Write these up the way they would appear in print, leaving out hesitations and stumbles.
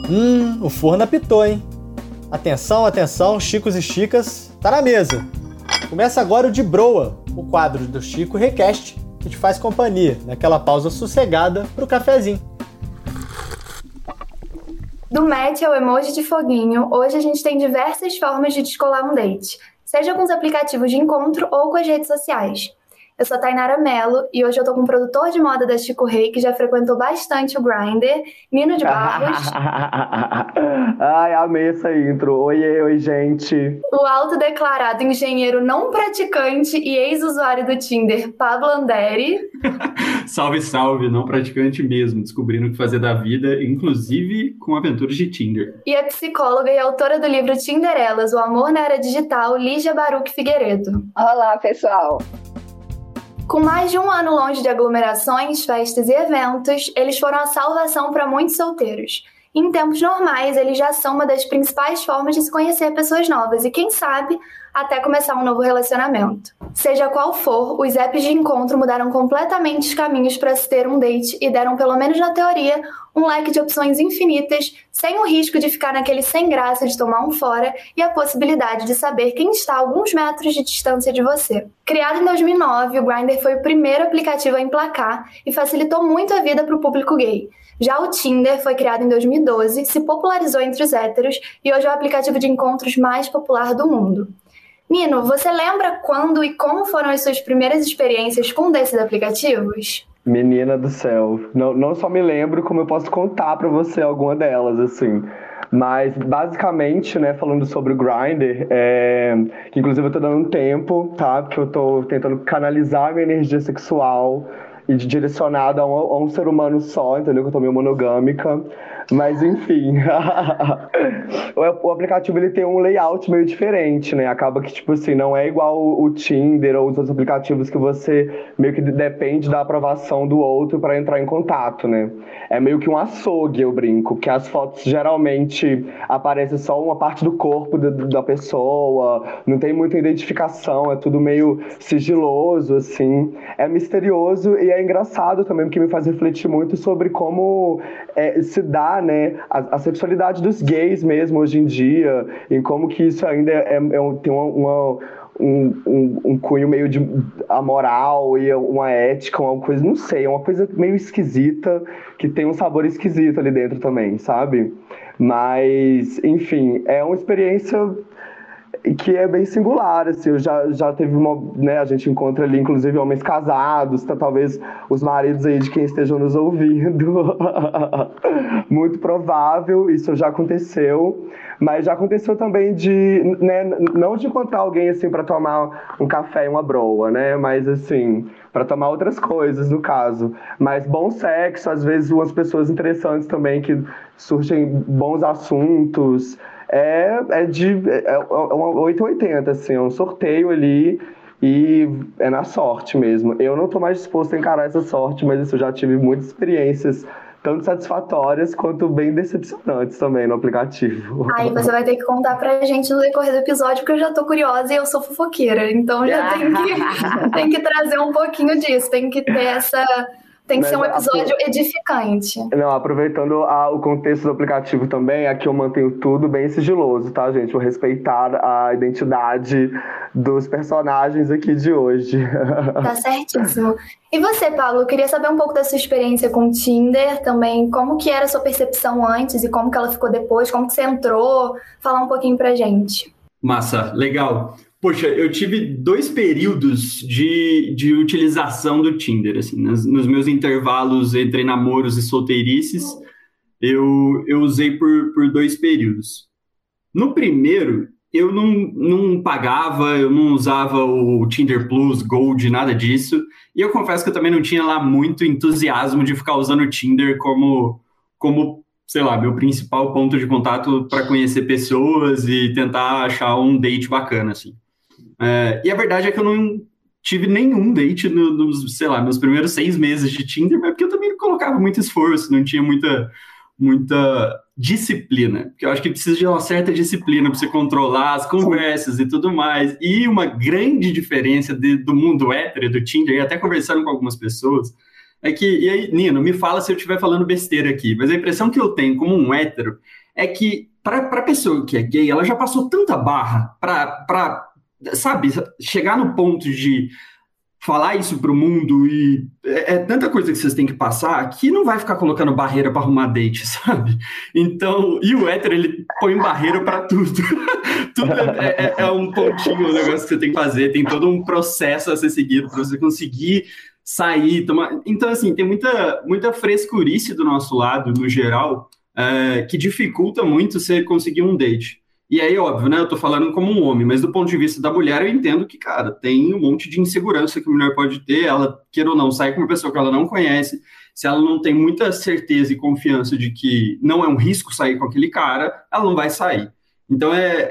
O forno apitou, hein? Atenção, atenção, chicos e chicas, tá na mesa. Começa agora o De Broa, o quadro do Chico Request, que te faz companhia naquela pausa sossegada pro cafezinho. Do match ao emoji de foguinho, hoje a gente tem diversas formas de descolar um date, seja com os aplicativos de encontro ou com as redes sociais. Eu sou a Tainara Mello e hoje eu tô com um produtor de moda da Chico Rei que já frequentou bastante o Grindr, Nino de Barros. Ai, amei essa intro. Oi, gente. O autodeclarado engenheiro não praticante e ex-usuário do Tinder, Pablo Anderi. Salve, salve, não praticante mesmo, descobrindo o que fazer da vida, inclusive com aventuras de Tinder. E a psicóloga e autora do livro Tinderelas, O Amor na Era Digital, Lígia Baruch Figueiredo. Olá, pessoal. Com mais de um ano longe de aglomerações, festas e eventos, eles foram a salvação para muitos solteiros. Em tempos normais, eles já são uma das principais formas de se conhecer pessoas novas e, quem sabe, até começar um novo relacionamento. Seja qual for, os apps de encontro mudaram completamente os caminhos para se ter um date e deram, pelo menos na teoria, um leque de opções infinitas, sem o risco de ficar naquele sem graça de tomar um fora e a possibilidade de saber quem está a alguns metros de distância de você. Criado em 2009, o Grindr foi o primeiro aplicativo a emplacar e facilitou muito a vida para o público gay. Já o Tinder foi criado em 2012, se popularizou entre os héteros e hoje é o aplicativo de encontros mais popular do mundo. Nino, você lembra quando e como foram as suas primeiras experiências com um desses aplicativos? Menina do céu, não só me lembro, como eu posso contar pra você alguma delas, assim. Mas, basicamente, né, falando sobre o Grindr, que inclusive eu tô dando um tempo, tá? Porque eu tô tentando canalizar a minha energia sexual e direcionada a um ser humano só, entendeu? Que eu tô meio monogâmica. Mas, enfim, o aplicativo ele tem um layout meio diferente, né? Acaba que, tipo assim, não é igual o Tinder ou os outros aplicativos que você meio que depende da aprovação do outro para entrar em contato, né? É meio que um açougue, eu brinco, que as fotos geralmente aparecem só uma parte do corpo da pessoa, não tem muita identificação, é tudo meio sigiloso, assim. É misterioso e é engraçado também, porque me faz refletir muito sobre como se dá, né, a sexualidade dos gays mesmo hoje em dia, em como que isso ainda tem um cunho meio de amoral e uma ética, uma coisa, não sei, é uma coisa meio esquisita, que tem um sabor esquisito ali dentro também, sabe? Mas, enfim, é uma experiência que é bem singular, assim, eu já teve né, a gente encontra ali, inclusive, homens casados, talvez os maridos aí de quem estejam nos ouvindo, muito provável, isso já aconteceu, mas já aconteceu também né, não de encontrar alguém, assim, para tomar um café e uma broa, né, mas, assim, para tomar outras coisas, no caso, mas bom sexo, às vezes umas pessoas interessantes também, que surgem bons assuntos. É uma 880, assim, é um sorteio ali e é na sorte mesmo. Eu não tô mais disposto a encarar essa sorte, mas isso, eu já tive muitas experiências, tanto satisfatórias quanto bem decepcionantes também no aplicativo. Aí você vai ter que contar pra gente no decorrer do episódio, porque eu já tô curiosa e eu sou fofoqueira, então já tem que trazer um pouquinho disso, tem que ter essa... Tem que ser um episódio edificante. Não, aproveitando o contexto do aplicativo também, aqui eu mantenho tudo bem sigiloso, tá, gente? Vou respeitar a identidade dos personagens aqui de hoje. Tá certíssimo. E você, Paulo, eu queria saber um pouco da sua experiência com o Tinder também, como que era a sua percepção antes e como que ela ficou depois, como que você entrou, falar um pouquinho pra gente. Massa, legal. Poxa, eu tive 2 períodos de utilização do Tinder, assim, nos meus intervalos entre namoros e solteirices, eu usei por 2 períodos. No primeiro, eu não pagava, eu não usava o Tinder Plus, Gold, nada disso, e eu confesso que eu também não tinha lá muito entusiasmo de ficar usando o Tinder como sei lá, meu principal ponto de contato para conhecer pessoas e tentar achar um date bacana, assim. E a verdade é que eu não tive nenhum date nos, sei lá, meus primeiros 6 meses de Tinder, mas porque eu também não colocava muito esforço, não tinha muita disciplina, porque eu acho que precisa de uma certa disciplina para você controlar as conversas e tudo mais. E uma grande diferença do mundo hétero, do Tinder, e até conversando com algumas pessoas, E aí, Nino, me fala se eu estiver falando besteira aqui, mas a impressão que eu tenho como um hétero é que para pessoa que é gay, ela já passou tanta barra para, sabe, chegar no ponto de falar isso pro mundo e é tanta coisa que vocês têm que passar que não vai ficar colocando barreira para arrumar date, sabe? Então, e o hétero, ele põe barreira para tudo. Tudo é um pontinho, um negócio que você tem que fazer, tem todo um processo a ser seguido para você conseguir sair, tomar. Então, assim, tem muita frescurice do nosso lado, no geral, que dificulta muito você conseguir um date. E aí, óbvio, né? Eu tô falando como um homem, mas do ponto de vista da mulher, eu entendo que, cara, tem um monte de insegurança que a mulher pode ter, ela, queira ou não, sai com uma pessoa que ela não conhece, se ela não tem muita certeza e confiança de que não é um risco sair com aquele cara, ela não vai sair. Então,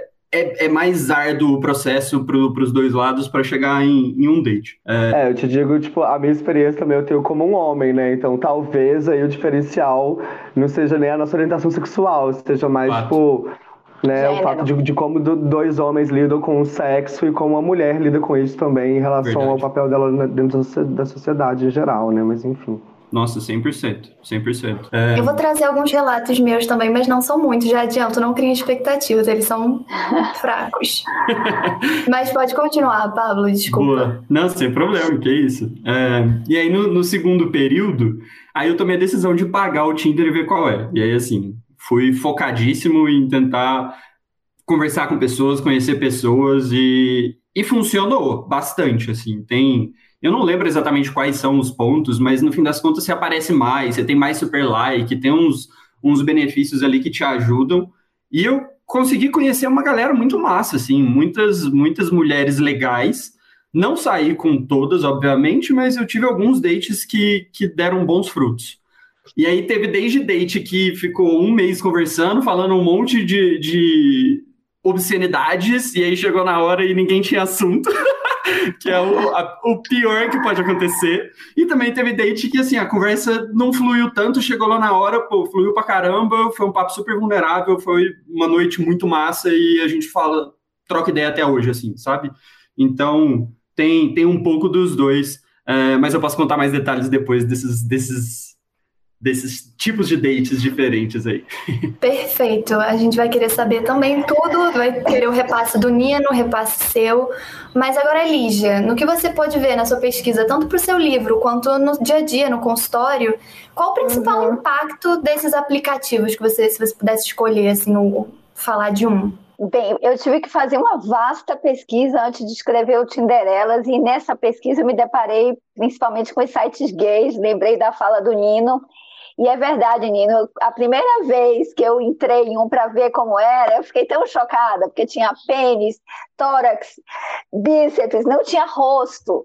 é mais árduo o processo para os dois lados para chegar em um date. Eu te digo, tipo, a minha experiência também eu tenho como um homem, né? Então, talvez aí o diferencial não seja nem a nossa orientação sexual, seja mais, tipo... Né, o fato de como dois homens lidam com o sexo e como a mulher lida com isso também em relação ao papel dela dentro da sociedade em geral, né? Mas enfim. Nossa, 100%. Eu vou trazer alguns relatos meus também, mas não são muitos, já adianto, não criem expectativas, eles são fracos. Mas pode continuar, Pablo, desculpa. Boa. Não, sem problema, que isso. E aí, no segundo período, aí eu tomei a decisão de pagar o Tinder e ver qual é. E aí, assim... Fui focadíssimo em tentar conversar com pessoas, conhecer pessoas e funcionou bastante, assim. Eu não lembro exatamente quais são os pontos, mas no fim das contas você aparece mais, você tem mais super like, tem uns benefícios ali que te ajudam. E eu consegui conhecer uma galera muito massa, assim, muitas mulheres legais. Não saí com todas, obviamente, mas eu tive alguns dates que deram bons frutos. E aí teve desde date que ficou um mês conversando, falando um monte de obscenidades, e aí chegou na hora e ninguém tinha assunto, que é o pior que pode acontecer. E também teve date que, assim, a conversa não fluiu tanto, chegou lá na hora, fluiu pra caramba, foi um papo super vulnerável, foi uma noite muito massa e a gente troca ideia até hoje, assim, sabe? Então, tem um pouco dos dois, mas eu posso contar mais detalhes depois desses tipos de dates diferentes aí. Perfeito. A gente vai querer saber também tudo, vai querer o repasse do Nino, o repasse seu. Mas agora, Lígia, no que você pôde ver na sua pesquisa, tanto para o seu livro quanto no dia a dia, no consultório, qual o principal impacto desses aplicativos que se você pudesse escolher, assim, falar de um? Bem, eu tive que fazer uma vasta pesquisa antes de escrever o Tinderelas, e nessa pesquisa eu me deparei principalmente com os sites gays, lembrei da fala do Nino. E é verdade, Nino, a primeira vez que eu entrei em um para ver como era, eu fiquei tão chocada, porque tinha pênis, tórax, bíceps, não tinha rosto,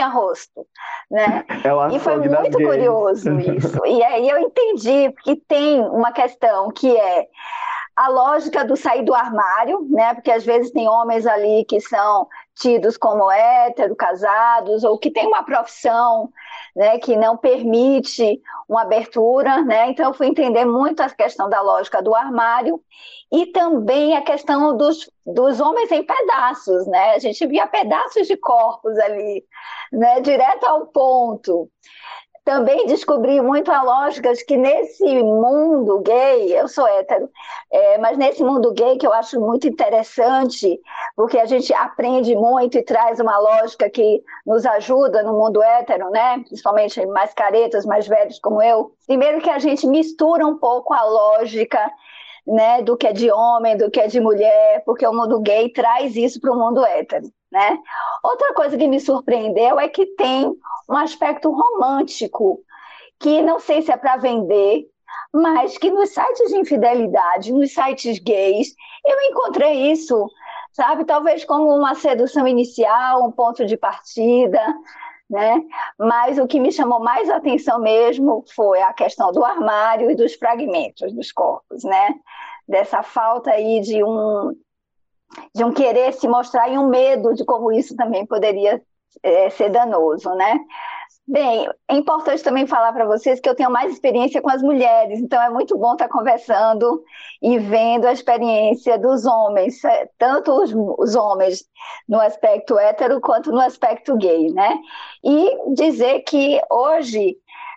né? E foi muito curioso isso. E aí eu entendi, porque tem uma questão que é a lógica do sair do armário, né? Porque às vezes tem homens ali que são tidos como hétero, casados, ou que têm uma profissão, né, que não permite uma abertura, né? Então eu fui entender muito a questão da lógica do armário e também a questão dos homens em pedaços, né? A gente via pedaços de corpos ali, né, direto ao ponto. Também descobri muito a lógica de que nesse mundo gay, eu sou hétero, mas nesse mundo gay que eu acho muito interessante, porque a gente aprende muito e traz uma lógica que nos ajuda no mundo hétero, né? Principalmente mais caretas, mais velhos como eu. Primeiro que a gente mistura um pouco a lógica, né, do que é de homem, do que é de mulher, porque o mundo gay traz isso para o mundo hétero, né? Outra coisa que me surpreendeu é que tem um aspecto romântico, que não sei se é para vender, mas que nos sites de infidelidade, nos sites gays, eu encontrei isso, sabe? Talvez como uma sedução inicial, um ponto de partida, né? Mas o que me chamou mais atenção mesmo foi a questão do armário e dos fragmentos dos corpos, né? Dessa falta aí de um querer se mostrar e um medo de como isso também poderia ser danoso, né? Bem, é importante também falar para vocês que eu tenho mais experiência com as mulheres, então é muito bom estar conversando e vendo a experiência dos homens, tanto os homens no aspecto hétero quanto no aspecto gay, né? E dizer que hoje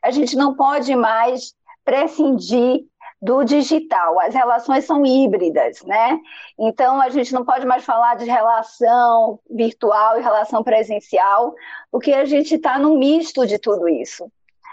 a gente não pode mais prescindir do digital. As relações são híbridas, né? Então, a gente não pode mais falar de relação virtual e relação presencial, porque a gente está no misto de tudo isso,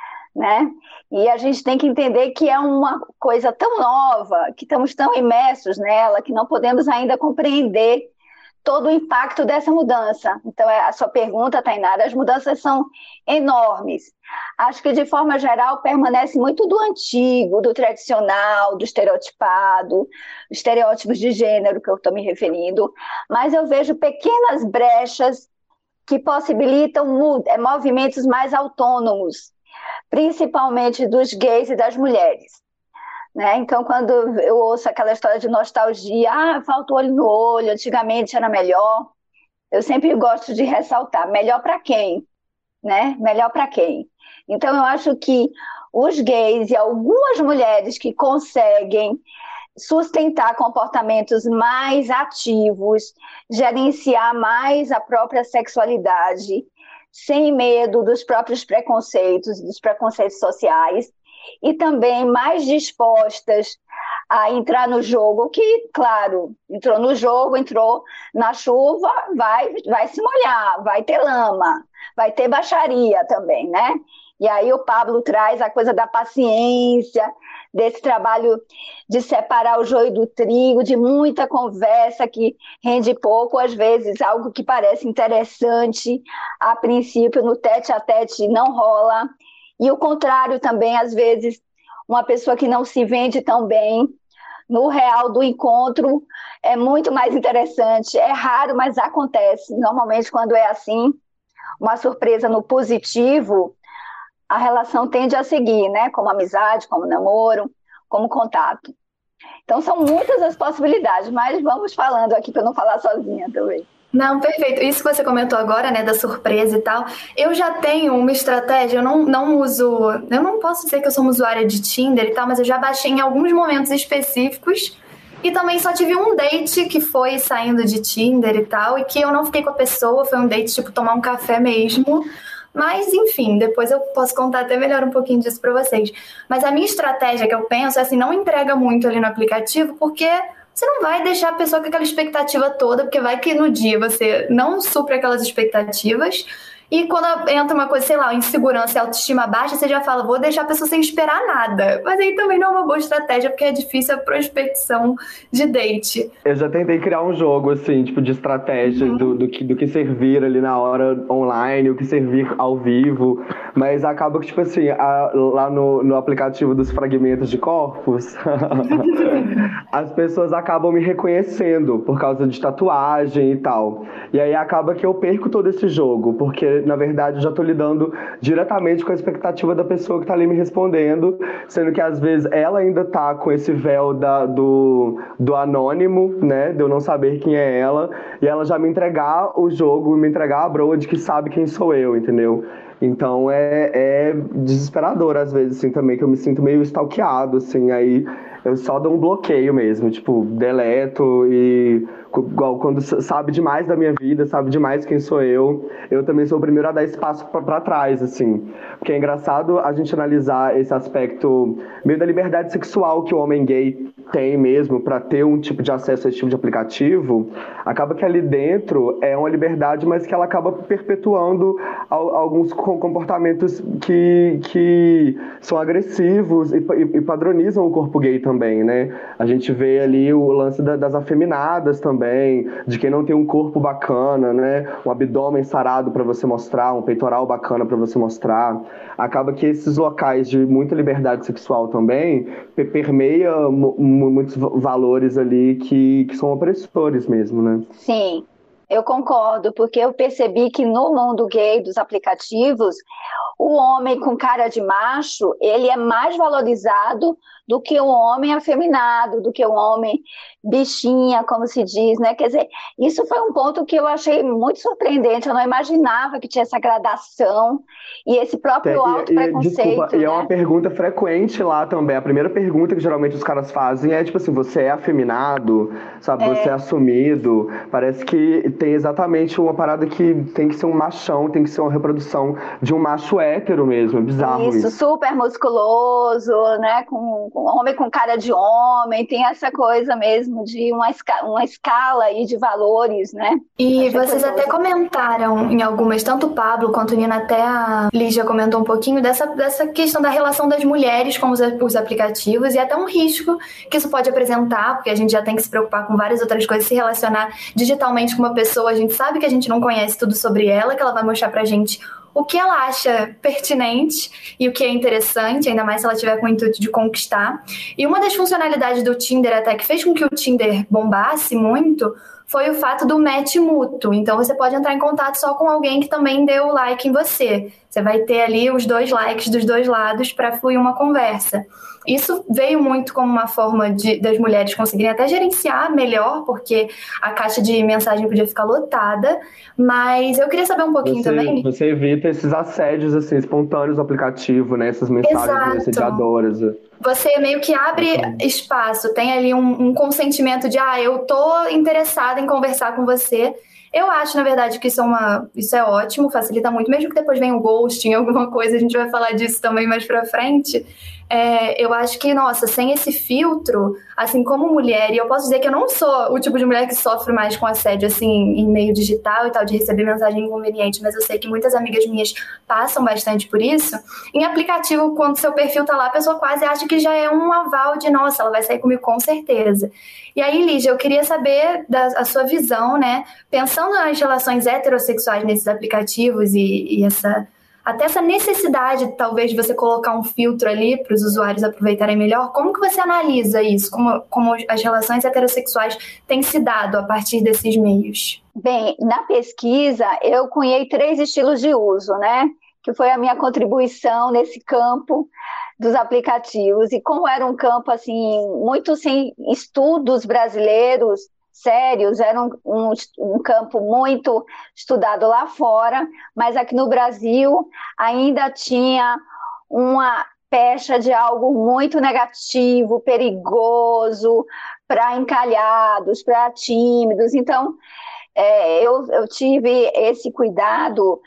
né? E a gente tem que entender que é uma coisa tão nova, que estamos tão imersos nela, que não podemos ainda compreender todo o impacto dessa mudança. Então, a sua pergunta, Tainara, as mudanças são enormes. Acho que, de forma geral, permanece muito do antigo, do tradicional, do estereotipado, estereótipos de gênero que eu estou me referindo, mas eu vejo pequenas brechas que possibilitam movimentos mais autônomos, principalmente dos gays e das mulheres. Né? Então, quando eu ouço aquela história de nostalgia, falta o olho no olho, antigamente era melhor, eu sempre gosto de ressaltar, melhor para quem? Né? Melhor para quem? Então, eu acho que os gays e algumas mulheres que conseguem sustentar comportamentos mais ativos, gerenciar mais a própria sexualidade, sem medo dos próprios preconceitos, dos preconceitos sociais, e também mais dispostas a entrar no jogo, que, claro, entrou no jogo, entrou na chuva, vai se molhar, vai ter lama, vai ter baixaria também, né? E aí o Pablo traz a coisa da paciência, desse trabalho de separar o joio do trigo, de muita conversa que rende pouco, às vezes algo que parece interessante, a princípio no tete-a-tete não rola. E o contrário também, às vezes, uma pessoa que não se vende tão bem, no real do encontro, é muito mais interessante. É raro, mas acontece. Normalmente, quando é assim, uma surpresa no positivo, a relação tende a seguir, né? Como amizade, como namoro, como contato. Então, são muitas as possibilidades, mas vamos falando aqui para eu não falar sozinha também. Não, perfeito. Isso que você comentou agora, né, da surpresa e tal, eu já tenho uma estratégia, eu não uso, eu não posso dizer que eu sou uma usuária de Tinder e tal, mas eu já baixei em alguns momentos específicos e também só tive um date que foi saindo de Tinder e tal, e que eu não fiquei com a pessoa, foi um date tipo tomar um café mesmo, mas enfim, depois eu posso contar até melhor um pouquinho disso pra vocês. Mas a minha estratégia que eu penso é assim, não entrega muito ali no aplicativo, porque você não vai deixar a pessoa com aquela expectativa toda, porque vai que no dia você não supre aquelas expectativas e quando entra uma coisa, sei lá, insegurança e autoestima baixa, você já fala, vou deixar a pessoa sem esperar nada. Mas aí também não é uma boa estratégia, porque é difícil a prospecção de date. Eu já tentei criar um jogo, assim, tipo, de estratégia do que servir ali na hora online, o que servir ao vivo, mas acaba que, tipo assim, lá no aplicativo dos fragmentos de corpos, as pessoas acabam me reconhecendo por causa de tatuagem e tal. E aí acaba que eu perco todo esse jogo, porque, na verdade, eu já tô lidando diretamente com a expectativa da pessoa que tá ali me respondendo, sendo que, às vezes, ela ainda tá com esse véu do anônimo, né, de eu não saber quem é ela, e ela já me entregar o jogo, me entregar a broa de que sabe quem sou eu, entendeu? Então é desesperador, às vezes, assim, também, que eu me sinto meio stalkeado, assim, aí eu só dou um bloqueio mesmo, tipo, deleto e igual quando sabe demais da minha vida, sabe demais quem sou eu também sou o primeiro a dar espaço pra trás, assim. Porque é engraçado a gente analisar esse aspecto meio da liberdade sexual que o homem gay tem mesmo pra ter um tipo de acesso a esse tipo de aplicativo, acaba que ali dentro é uma liberdade, mas que ela acaba perpetuando alguns comportamentos que são agressivos e padronizam o corpo gay também, né? A gente vê ali o lance das afeminadas também, de quem não tem um corpo bacana, né? Um abdômen sarado para você mostrar, um peitoral bacana para você mostrar. Acaba que esses locais de muita liberdade sexual também permeia muitos valores ali que são opressores mesmo, né? Sim, eu concordo, porque eu percebi que no mundo gay dos aplicativos, o homem com cara de macho, ele é mais valorizado do que um homem afeminado, do que um homem bichinha, como se diz, né? Quer dizer, isso foi um ponto que eu achei muito surpreendente. Eu não imaginava que tinha essa gradação e esse próprio autopreconceito. Desculpa, e é uma pergunta frequente lá também. A primeira pergunta que geralmente os caras fazem é tipo assim, você é afeminado, sabe? Você é assumido. Parece que tem exatamente uma parada que tem que ser um machão, tem que ser uma reprodução de um macho hétero mesmo. É bizarro isso. Super musculoso, né? Com homem com cara de homem, tem essa coisa mesmo de uma escala aí de valores, né? E vocês até comentaram em algumas, tanto o Pablo quanto o Nina, até a Lígia comentou um pouquinho dessa questão da relação das mulheres com os aplicativos e até um risco que isso pode apresentar, porque a gente já tem que se preocupar com várias outras coisas, se relacionar digitalmente com uma pessoa, a gente sabe que a gente não conhece tudo sobre ela, que ela vai mostrar pra gente o que ela acha pertinente e o que é interessante, ainda mais se ela tiver com o intuito de conquistar. E uma das funcionalidades do Tinder até que fez com que o Tinder bombasse muito foi o fato do match mútuo. Então você pode entrar em contato só com alguém que também deu like em você. Você vai ter ali os 2 likes dos 2 lados para fluir uma conversa. Isso veio muito como uma forma das mulheres conseguirem até gerenciar melhor, porque a caixa de mensagem podia ficar lotada. Mas eu queria saber um pouquinho também. Você evita esses assédios assim, espontâneos do aplicativo, né? Essas mensagens assediadoras. Você meio que abre espaço, tem ali um consentimento de eu tô interessada em conversar com você. Eu acho, na verdade, que isso é ótimo, facilita muito, mesmo que depois venha o ghosting, alguma coisa, a gente vai falar disso também mais pra frente. Eu acho que, nossa, sem esse filtro, assim, como mulher, e eu posso dizer que eu não sou o tipo de mulher que sofre mais com assédio, assim, em meio digital e tal, de receber mensagem inconveniente, mas eu sei que muitas amigas minhas passam bastante por isso. Em aplicativo, quando seu perfil tá lá, a pessoa quase acha que já é um aval de, nossa, ela vai sair comigo com certeza. E aí, Lígia, eu queria saber a sua visão, né, pensando nas relações heterossexuais nesses aplicativos e até essa necessidade, talvez, de você colocar um filtro ali para os usuários aproveitarem melhor. Como que você analisa isso? Como as relações heterossexuais têm se dado a partir desses meios? Bem, na pesquisa, eu cunhei 3 estilos de uso, né? Que foi a minha contribuição nesse campo dos aplicativos. E como era um campo, assim, muito sem estudos brasileiros sérios, era um campo muito estudado lá fora, mas aqui no Brasil ainda tinha uma pecha de algo muito negativo, perigoso, para encalhados, para tímidos. Então, eu tive esse cuidado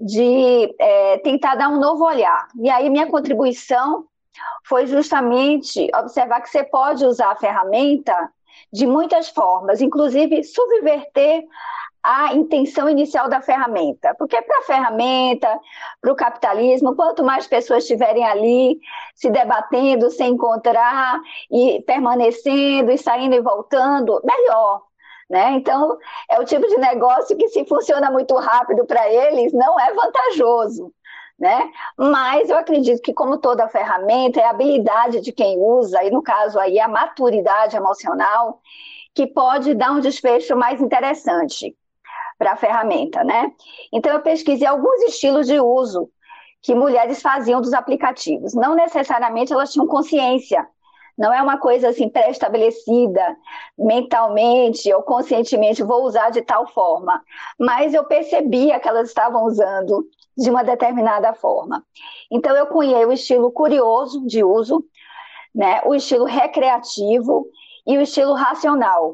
de tentar dar um novo olhar. E aí minha contribuição foi justamente observar que você pode usar a ferramenta de muitas formas, inclusive subverter a intenção inicial da ferramenta. Porque para a ferramenta, para o capitalismo, quanto mais pessoas estiverem ali se debatendo, se encontrar e permanecendo e saindo e voltando, melhor. Né? Então, é o tipo de negócio que, se funciona muito rápido para eles, não é vantajoso. Né? Mas eu acredito que, como toda ferramenta, é a habilidade de quem usa, e no caso aí a maturidade emocional, que pode dar um desfecho mais interessante para a ferramenta, né? Então eu pesquisei alguns estilos de uso que mulheres faziam dos aplicativos. Não necessariamente elas tinham consciência, não é uma coisa assim pré-estabelecida mentalmente ou conscientemente, vou usar de tal forma, mas eu percebia que elas estavam usando de uma determinada forma. Então eu cunhei o estilo curioso de uso, né, o estilo recreativo e o estilo racional.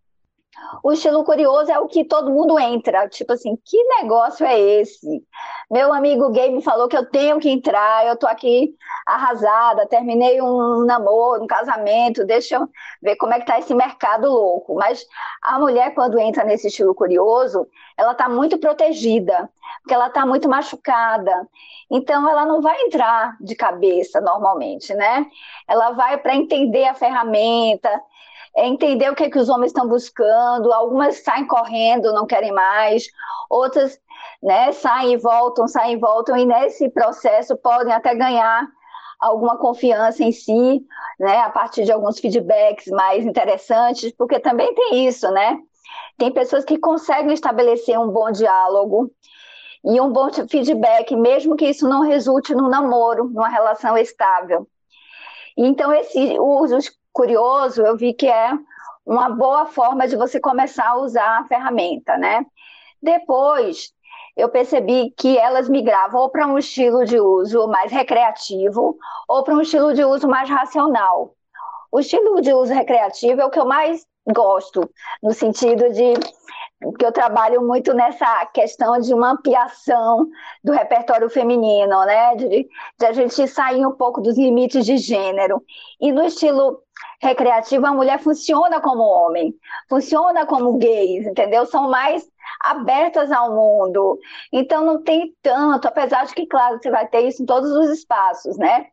O estilo curioso é o que todo mundo entra, tipo assim, que negócio é esse? Meu amigo gay me falou que eu tenho que entrar, eu tô aqui arrasada, terminei um namoro, um casamento, deixa eu ver como é que tá esse mercado louco. Mas a mulher, quando entra nesse estilo curioso, ela tá muito protegida, porque ela tá muito machucada. Então, ela não vai entrar de cabeça, normalmente, né? Ela vai para entender a ferramenta, entender o que é que os homens estão buscando. Algumas saem correndo, não querem mais, outras, né, saem e voltam, e nesse processo podem até ganhar alguma confiança em si, né, a partir de alguns feedbacks mais interessantes, porque também tem isso, né? Tem pessoas que conseguem estabelecer um bom diálogo e um bom feedback, mesmo que isso não resulte num namoro, numa relação estável. Então, esse uso curioso, eu vi que é uma boa forma de você começar a usar a ferramenta, né? Depois, eu percebi que elas migravam ou para um estilo de uso mais recreativo ou para um estilo de uso mais racional. O estilo de uso recreativo é o que eu mais gosto, no sentido de que eu trabalho muito nessa questão de uma ampliação do repertório feminino, né? De a gente sair um pouco dos limites de gênero. E no estilo recreativo, a mulher funciona como homem, funciona como gays, entendeu? São mais abertas ao mundo. Então não tem tanto, apesar de que, claro, você vai ter isso em todos os espaços, né?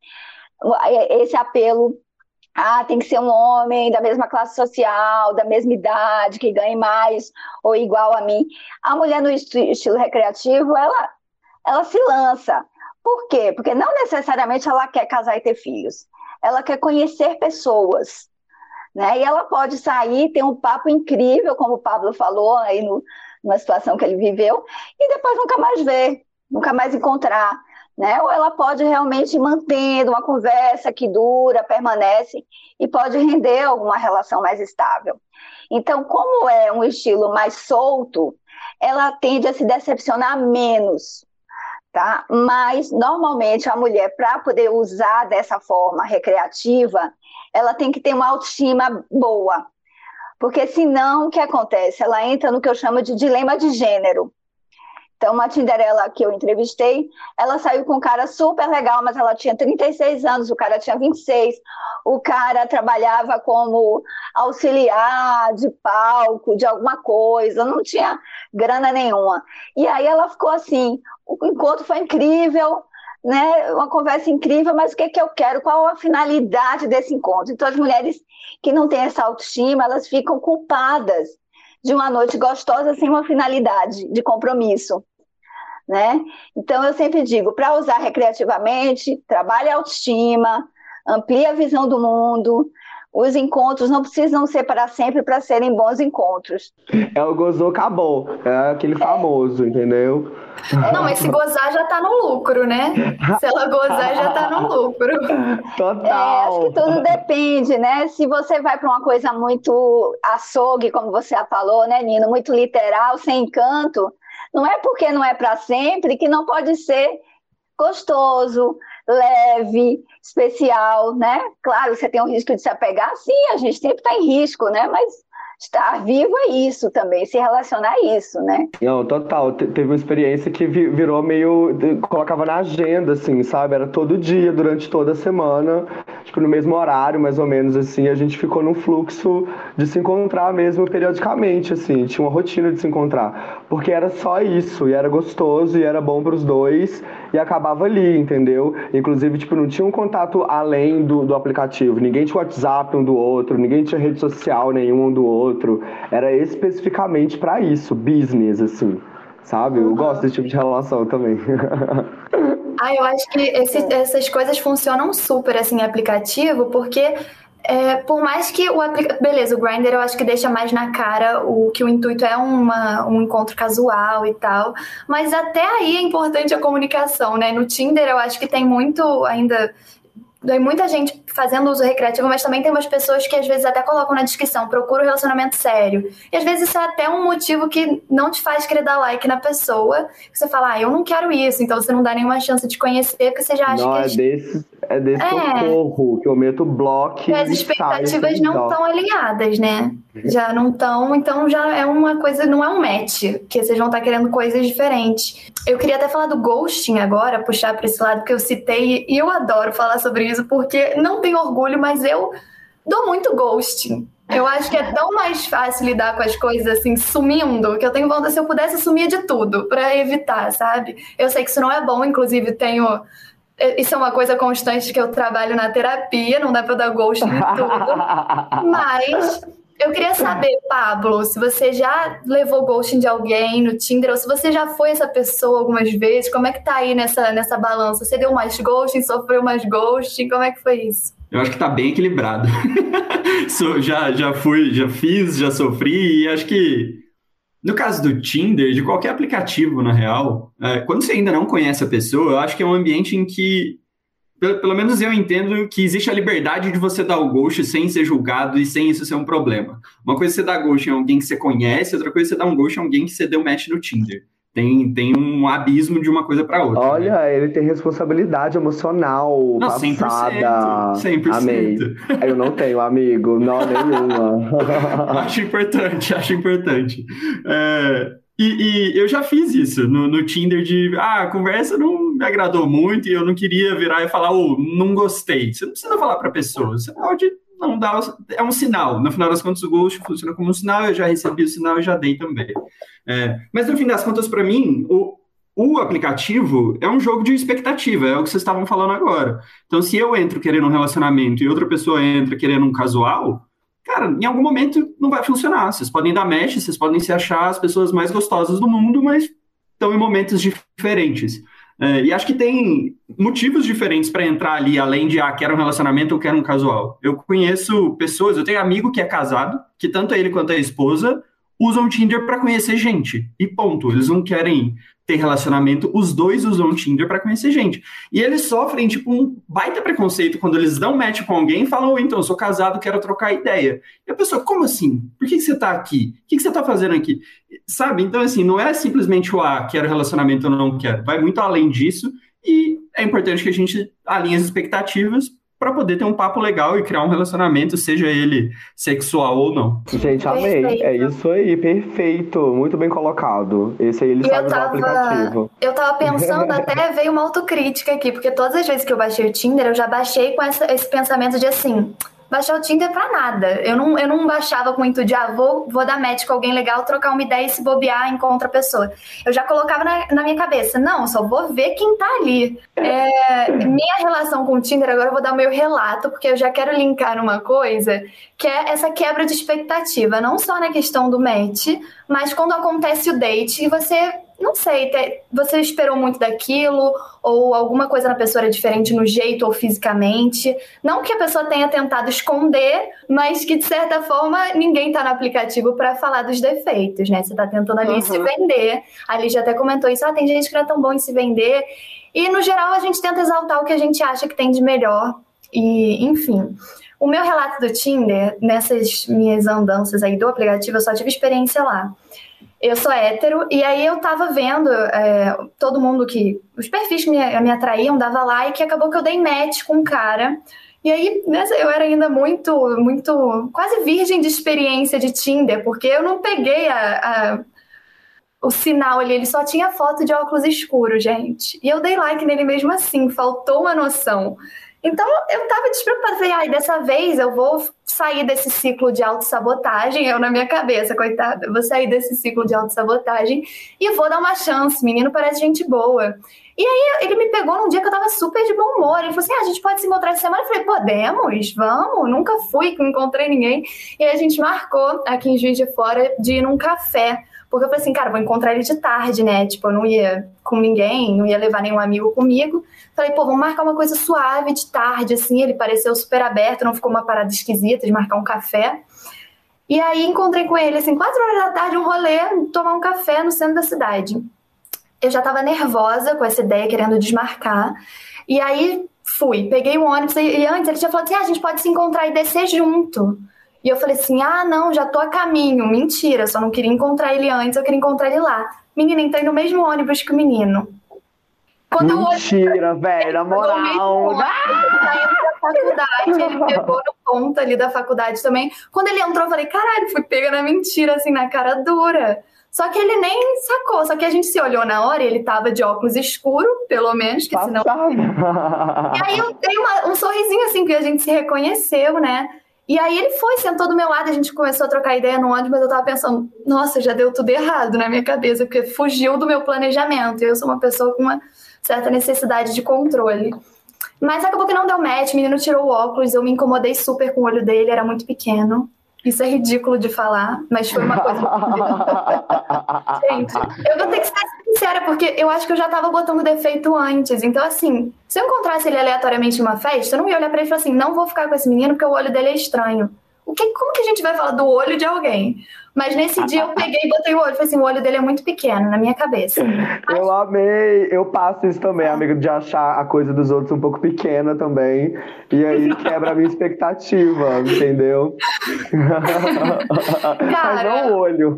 Esse apelo tem que ser um homem da mesma classe social, da mesma idade, que ganhe mais ou igual a mim. A mulher no estilo recreativo, ela se lança. Por quê? Porque não necessariamente ela quer casar e ter filhos. Ela quer conhecer pessoas, né? E ela pode sair, ter um papo incrível, como o Pablo falou aí numa situação que ele viveu, e depois nunca mais ver, nunca mais encontrar. Né? Ou ela pode realmente ir mantendo uma conversa que dura, permanece e pode render alguma relação mais estável. Então, como é um estilo mais solto, ela tende a se decepcionar menos, tá? Mas, normalmente, a mulher, para poder usar dessa forma recreativa, ela tem que ter uma autoestima boa, porque senão, o que acontece? Ela entra no que eu chamo de dilema de gênero. Então, uma Tinderela que eu entrevistei, ela saiu com um cara super legal, mas ela tinha 36 anos, o cara tinha 26, o cara trabalhava como auxiliar de palco, de alguma coisa, não tinha grana nenhuma. E aí ela ficou assim, o encontro foi incrível, né? Uma conversa incrível, mas o que eu quero? Qual a finalidade desse encontro? Então, as mulheres que não têm essa autoestima, elas ficam culpadas de uma noite gostosa sem uma finalidade de compromisso. Né? Então, eu sempre digo, para usar recreativamente, trabalhe a autoestima, amplie a visão do mundo, os encontros não precisam ser para sempre para serem bons encontros. É o gozou, acabou, é aquele famoso, entendeu? Não, mas se gozar já tá no lucro, né? Se ela gozar já tá no lucro. Total. Acho que tudo depende, né? Se você vai para uma coisa muito açougue, como você falou, né, Nino? Muito literal, sem encanto, não é porque não é para sempre que não pode ser gostoso, leve, especial, né? Claro, você tem o risco de se apegar, sim, a gente sempre está em risco, né? Mas estar vivo é isso também, se relacionar é isso, né? Não, total. Teve uma experiência que virou meio... Colocava na agenda, assim, sabe? Era todo dia, durante toda a semana. Tipo, no mesmo horário, mais ou menos, assim. A gente ficou num fluxo de se encontrar mesmo periodicamente, assim. Tinha uma rotina de se encontrar. Porque era só isso. E era gostoso, e era bom pros dois. E acabava ali, entendeu? Inclusive, tipo, não tinha um contato além do aplicativo. Ninguém tinha WhatsApp um do outro. Ninguém tinha rede social nenhum um do outro. Era especificamente para isso, business, assim, sabe? Eu gosto desse tipo de relação também. Eu acho que essas coisas funcionam super, assim, em aplicativo, porque por mais que beleza, o Grindr eu acho que deixa mais na cara que o intuito é um encontro casual e tal, mas até aí é importante a comunicação, né? No Tinder eu acho que tem muito ainda... Tem muita gente fazendo uso recreativo, mas também tem umas pessoas que às vezes até colocam na descrição, procura um relacionamento sério. E às vezes isso é até um motivo que não te faz querer dar like na pessoa. Você fala, eu não quero isso, então você não dá nenhuma chance de conhecer, porque você já acha não, que... É desse socorro, que eu meto bloco e as expectativas não estão alinhadas, né? Já não estão, então já é uma coisa, não é um match, que vocês vão estar querendo coisas diferentes. Eu queria até falar do ghosting agora, puxar para esse lado que eu citei, e eu adoro falar sobre isso, porque não tenho orgulho, mas eu dou muito ghosting. Eu acho que é tão mais fácil lidar com as coisas assim, sumindo, que eu tenho vontade, se eu pudesse, sumir de tudo, para evitar, sabe? Eu sei que isso não é bom, inclusive isso é uma coisa constante que eu trabalho na terapia, não dá pra eu dar ghosting em tudo. Mas eu queria saber, Pablo, se você já levou ghosting de alguém no Tinder, ou se você já foi essa pessoa algumas vezes, como é que tá aí nessa balança? Você deu mais ghosting, sofreu mais ghosting, como é que foi isso? Eu acho que tá bem equilibrado. Já fiz, já sofri, e acho que no caso do Tinder, de qualquer aplicativo, na real, quando você ainda não conhece a pessoa, eu acho que é um ambiente em que, pelo menos eu entendo que existe a liberdade de você dar o ghost sem ser julgado e sem isso ser um problema. Uma coisa é você dar ghost em alguém que você conhece, outra coisa é você dar um ghost em alguém que você deu match no Tinder. Tem um abismo de uma coisa para outra. Olha, né? ele tem responsabilidade emocional Não, passada. 100%. Amei. Eu não tenho, amigo. Não, nenhuma. Acho importante. E eu já fiz isso no Tinder a conversa não me agradou muito e eu não queria virar e falar, não gostei. Você não precisa falar para a pessoa, você pode não dar, é um sinal. No final das contas, o ghost funciona como um sinal, eu já recebi o sinal e já dei também. Mas no fim das contas, para mim, o aplicativo é um jogo de expectativa, é o que vocês estavam falando agora. Então, se eu entro querendo um relacionamento e outra pessoa entra querendo um casual, cara, em algum momento não vai funcionar. Vocês podem dar match, vocês podem se achar as pessoas mais gostosas do mundo, mas estão em momentos diferentes. E acho que tem motivos diferentes para entrar ali, além de, quero um relacionamento ou quero um casual. Eu conheço pessoas, eu tenho amigo que é casado, que tanto ele quanto a esposa usam o Tinder para conhecer gente. E ponto. Eles não querem ter relacionamento, os dois usam o Tinder para conhecer gente. E eles sofrem, um baita preconceito quando eles dão match com alguém e falam, então, eu sou casado, quero trocar ideia. E a pessoa, como assim? Por que você tá aqui? O que você tá fazendo aqui? Sabe? Então, assim, não é simplesmente quero relacionamento ou não quero. Vai muito além disso e é importante que a gente alinhe as expectativas para poder ter um papo legal e criar um relacionamento, seja ele sexual ou não. Gente, amei. Perfeito. É isso aí, perfeito. Muito bem colocado. Esse aí ele sabe usar o aplicativo. Eu tava pensando, até veio uma autocrítica aqui, porque todas as vezes que eu baixei o Tinder, eu já baixei com esse pensamento de assim, baixar o Tinder pra nada. Eu não baixava com o intuito de, vou dar match com alguém legal, trocar uma ideia e se bobear, encontra a pessoa. Eu já colocava na minha cabeça, não, só vou ver quem tá ali. Minha relação com o Tinder, agora eu vou dar o meu relato, porque eu já quero linkar numa coisa, que é essa quebra de expectativa, não só na questão do match, mas quando acontece o date e você... Não sei, você esperou muito daquilo, ou alguma coisa na pessoa era diferente no jeito ou fisicamente. Não que a pessoa tenha tentado esconder, mas que, de certa forma, ninguém tá no aplicativo para falar dos defeitos, né? Você tá tentando ali se vender. A Lígia até comentou isso, tem gente que não é tão bom em se vender. E, no geral, a gente tenta exaltar o que a gente acha que tem de melhor. E, enfim... O meu relato do Tinder, nessas minhas andanças aí do aplicativo, eu só tive experiência lá. Eu sou hétero, e aí eu tava vendo todo mundo os perfis que me atraíam, dava like, e acabou que eu dei match com um cara. E aí, eu era ainda muito, quase virgem de experiência de Tinder, porque eu não peguei o sinal ali, ele só tinha foto de óculos escuros, gente. E eu dei like nele mesmo assim, faltou uma noção. Então, eu tava despreocupada, falei, dessa vez eu vou sair desse ciclo de autossabotagem, eu na minha cabeça, coitada, vou sair desse ciclo de autossabotagem e vou dar uma chance, menino parece gente boa. E aí, ele me pegou num dia que eu tava super de bom humor, ele falou assim, a gente pode se encontrar essa semana? Eu falei, podemos, vamos, nunca fui, não encontrei ninguém. E aí a gente marcou aqui em Juiz de Fora de ir num café, porque eu falei assim, cara, vou encontrar ele de tarde, né? Tipo, eu não ia com ninguém, não ia levar nenhum amigo comigo. Falei, vamos marcar uma coisa suave de tarde, assim. Ele pareceu super aberto, não ficou uma parada esquisita de marcar um café. E aí encontrei com ele, assim, 4h da tarde, um rolê, tomar um café no centro da cidade. Eu já tava nervosa com essa ideia, querendo desmarcar. E aí fui, peguei o ônibus e antes ele tinha falado assim, a gente pode se encontrar e descer junto. E eu falei assim, não, já tô a caminho. Mentira, só não queria encontrar ele antes, eu queria encontrar ele lá. Menina, entrei no mesmo ônibus que o menino. Mentira, velho, na moral. Saindo da faculdade, ele pegou no ponto ali da faculdade também. Quando ele entrou, eu falei, caralho, fui pega na mentira, assim, na cara dura. Só que ele nem sacou, só que a gente se olhou na hora e ele tava de óculos escuro, pelo menos, que senão... E aí eu dei um sorrisinho, assim, que a gente se reconheceu, né? E aí ele sentou do meu lado, a gente começou a trocar ideia no ônibus, mas eu tava pensando, nossa, já deu tudo errado na minha cabeça, porque fugiu do meu planejamento. Eu sou uma pessoa com uma certa necessidade de controle. Mas acabou que não deu match, o menino tirou o óculos, eu me incomodei super com o olho dele, era muito pequeno. Isso é ridículo de falar, mas foi uma coisa... Gente, eu vou ter que ser sincera, porque eu acho que eu já tava botando defeito antes. Então, assim, se eu encontrasse ele aleatoriamente em uma festa, eu não ia olhar pra ele e falar assim, não vou ficar com esse menino porque o olho dele é estranho. como que a gente vai falar do olho de alguém? Mas nesse dia eu peguei e botei o olho. Falei assim, o olho dele é muito pequeno na minha cabeça. Eu amei, eu passo isso também, amiga, de achar a coisa dos outros um pouco pequena também. E aí quebra a minha expectativa, entendeu? Mas não o olho.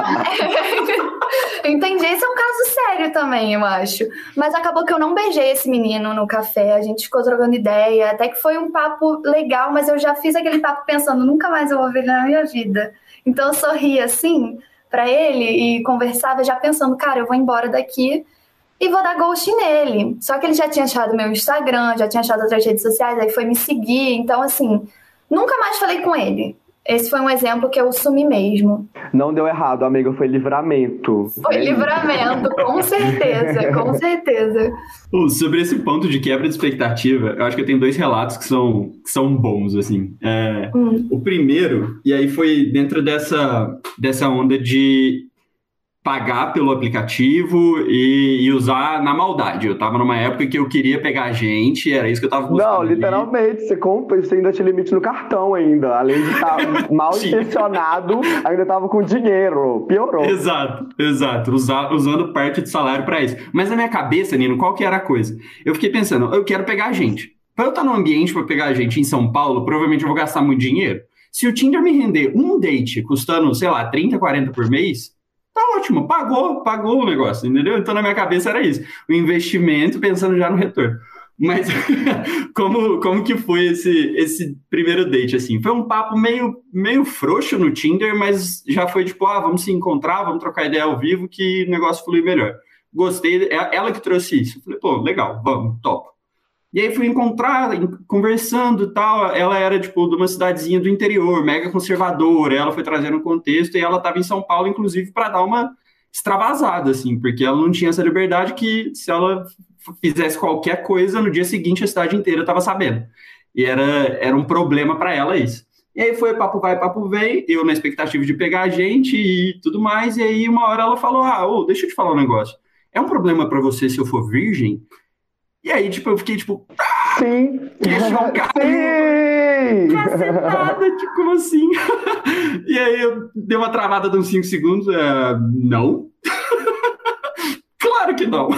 Entendi, esse é um caso sério também, eu acho. Mas acabou que eu não beijei esse menino no café, a gente ficou trocando ideia, até que foi um papo legal, mas eu já fiz aquele papo pensando, nunca mais eu vou ver ele na minha vida. Então eu sorria assim pra ele e conversava já pensando, cara, eu vou embora daqui e vou dar ghost nele. Só que ele já tinha achado meu Instagram, já tinha achado outras redes sociais, aí foi me seguir. Então, assim, nunca mais falei com ele. Esse foi um exemplo que eu sumi mesmo. Não deu errado, amiga, foi livramento. Foi livramento, com certeza, com certeza. Sobre esse ponto de quebra de expectativa, eu acho que eu tenho 2 relatos que são bons, assim. O primeiro, e aí foi dentro dessa onda de pagar pelo aplicativo e usar na maldade. Eu tava numa época que eu queria pegar gente, era isso que eu tava buscando. Não, literalmente, você ainda tinha limite no cartão ainda. Além de estar mal intencionado, ainda tava com dinheiro. Piorou. Exato. Usando parte do salário pra isso. Mas na minha cabeça, Nino, qual que era a coisa? Eu fiquei pensando, eu quero pegar gente. Pra eu estar num ambiente pra pegar gente em São Paulo, provavelmente eu vou gastar muito dinheiro. Se o Tinder me render um date custando, sei lá, 30, 40 por mês, tá ótimo, pagou o negócio, entendeu? Então na minha cabeça era isso, o investimento pensando já no retorno. Mas como que foi esse primeiro date, assim? Foi um papo meio frouxo no Tinder, mas já foi tipo, vamos se encontrar, vamos trocar ideia ao vivo que o negócio flui melhor. Gostei, ela que trouxe isso. Falei, pô, legal, vamos, topo. E aí fui encontrar, conversando e tal, ela era, tipo, de uma cidadezinha do interior, mega conservadora, ela foi trazendo o contexto e ela estava em São Paulo, inclusive, para dar uma extravasada, assim, porque ela não tinha essa liberdade que, se ela fizesse qualquer coisa, no dia seguinte a cidade inteira estava sabendo. E era um problema para ela isso. E aí foi papo vai, papo vem, eu na expectativa de pegar a gente e tudo mais, e aí uma hora ela falou, deixa eu te falar um negócio, é um problema para você se eu for virgem? E aí, tipo, eu fiquei, tipo... Sim! Sim! Cacetada, tipo, como assim? E aí, eu dei uma travada de uns 5 segundos. Não? Claro que não!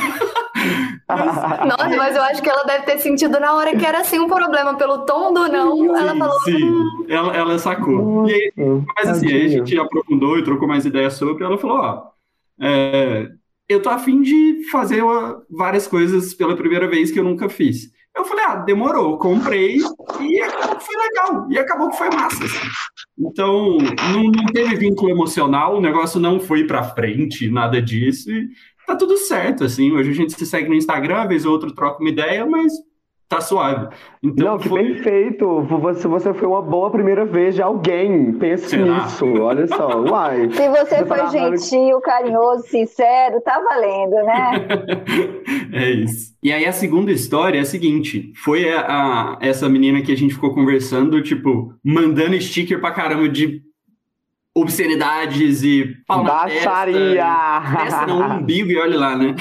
Nossa, mas eu acho que ela deve ter sentido na hora que era, assim, um problema. Pelo tom do não, ela falou... Sim, ela sacou. E aí, mas assim, aí a gente aprofundou e trocou mais ideias sobre, ela falou, eu tô a fim de fazer várias coisas pela primeira vez que eu nunca fiz. Eu falei, demorou, comprei e acabou que foi legal, e acabou que foi massa. Assim. Então, não teve vínculo emocional, o negócio não foi pra frente, nada disso, e tá tudo certo, assim. Hoje a gente se segue no Instagram, vez ou outra troca uma ideia, mas tá suave. Então, não, que bem feito. Você foi uma boa primeira vez de alguém. Pense nisso. Olha só. Uai. Se você foi gentil, carinhoso, sincero, tá valendo, né? É isso. E aí a segunda história é a seguinte. Foi essa menina que a gente ficou conversando, tipo, mandando sticker pra caramba de obscenidades e pau na testa no umbigo e olha lá, né?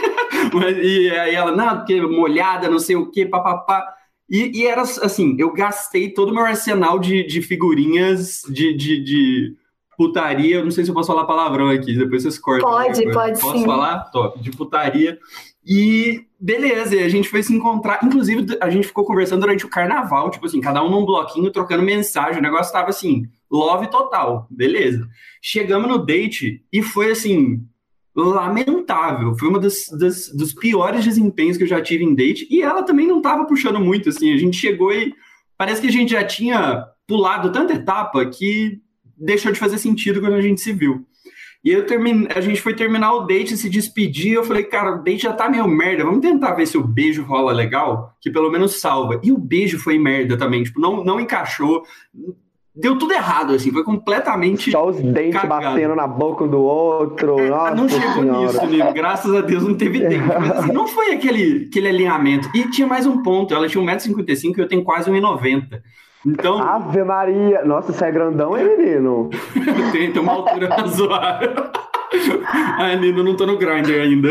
E aí ela, não, porque molhada, não sei o que, papapá. E era assim, eu gastei todo o meu arsenal de figurinhas de putaria. Eu não sei se eu posso falar palavrão aqui, depois vocês cortam. Pode Posso sim. falar? Top, de putaria. E beleza, e a gente foi se encontrar. Inclusive, a gente ficou conversando durante o carnaval, tipo assim, cada um num bloquinho, trocando mensagem. O negócio tava assim, love total, beleza. Chegamos no date e foi assim... lamentável, foi uma dos piores desempenhos que eu já tive em date, e ela também não tava puxando muito, assim, a gente chegou e parece que a gente já tinha pulado tanta etapa que deixou de fazer sentido quando a gente se viu. E a gente foi terminar o date, se despedir, eu falei, cara, o date já tá meio merda, vamos tentar ver se o beijo rola legal, que pelo menos salva. E o beijo foi merda também, tipo, não encaixou. Deu tudo errado, assim, foi completamente... Só os dentes batendo na boca do outro, nossa não chegou senhora. nisso, Nino, graças a Deus não teve dente, mas assim, não foi aquele alinhamento. E tinha mais um ponto, ela tinha 1,55 m e eu tenho quase 1,90 m. Então... Ave Maria! Nossa, você é grandão, hein, menino? tem uma altura razoável. Ai, Nino, não tô no Grindr ainda.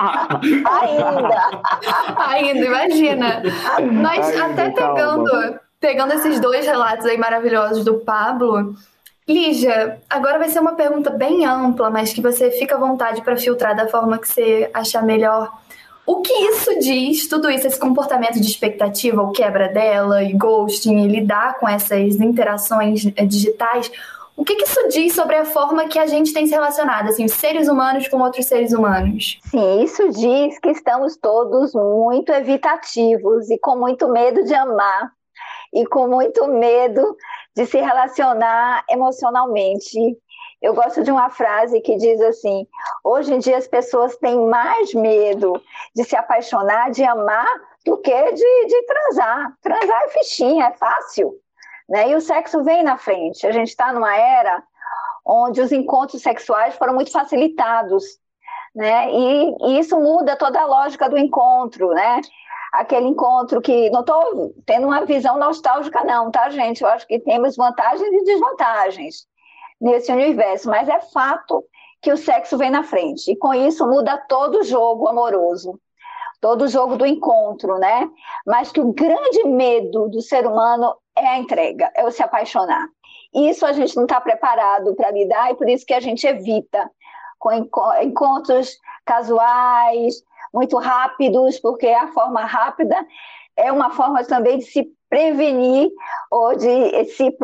Ainda, imagina. Mas até pegando esses dois relatos aí maravilhosos do Pablo, Lígia, agora vai ser uma pergunta bem ampla, mas que você fica à vontade para filtrar da forma que você achar melhor. O que isso diz, tudo isso, esse comportamento de expectativa, o quebra dela e ghosting, e lidar com essas interações digitais, o que isso diz sobre a forma que a gente tem se relacionado, assim, os seres humanos com outros seres humanos? Sim, isso diz que estamos todos muito evitativos e com muito medo de amar e com muito medo de se relacionar emocionalmente. Eu gosto de uma frase que diz assim: hoje em dia as pessoas têm mais medo de se apaixonar, de amar, do que de transar. Transar é fichinha, é fácil, né? E o sexo vem na frente. A gente está numa era onde os encontros sexuais foram muito facilitados, né? E isso muda toda a lógica do encontro, né? Aquele encontro que... Não estou tendo uma visão nostálgica não, tá, gente? Eu acho que temos vantagens e desvantagens nesse universo, mas é fato que o sexo vem na frente, e com isso muda todo o jogo amoroso, todo o jogo do encontro, né? Mas que o grande medo do ser humano é a entrega, é o se apaixonar. Isso a gente não está preparado para lidar, e por isso que a gente evita com encontros casuais, muito rápidos, porque a forma rápida é uma forma também de se prevenir ou de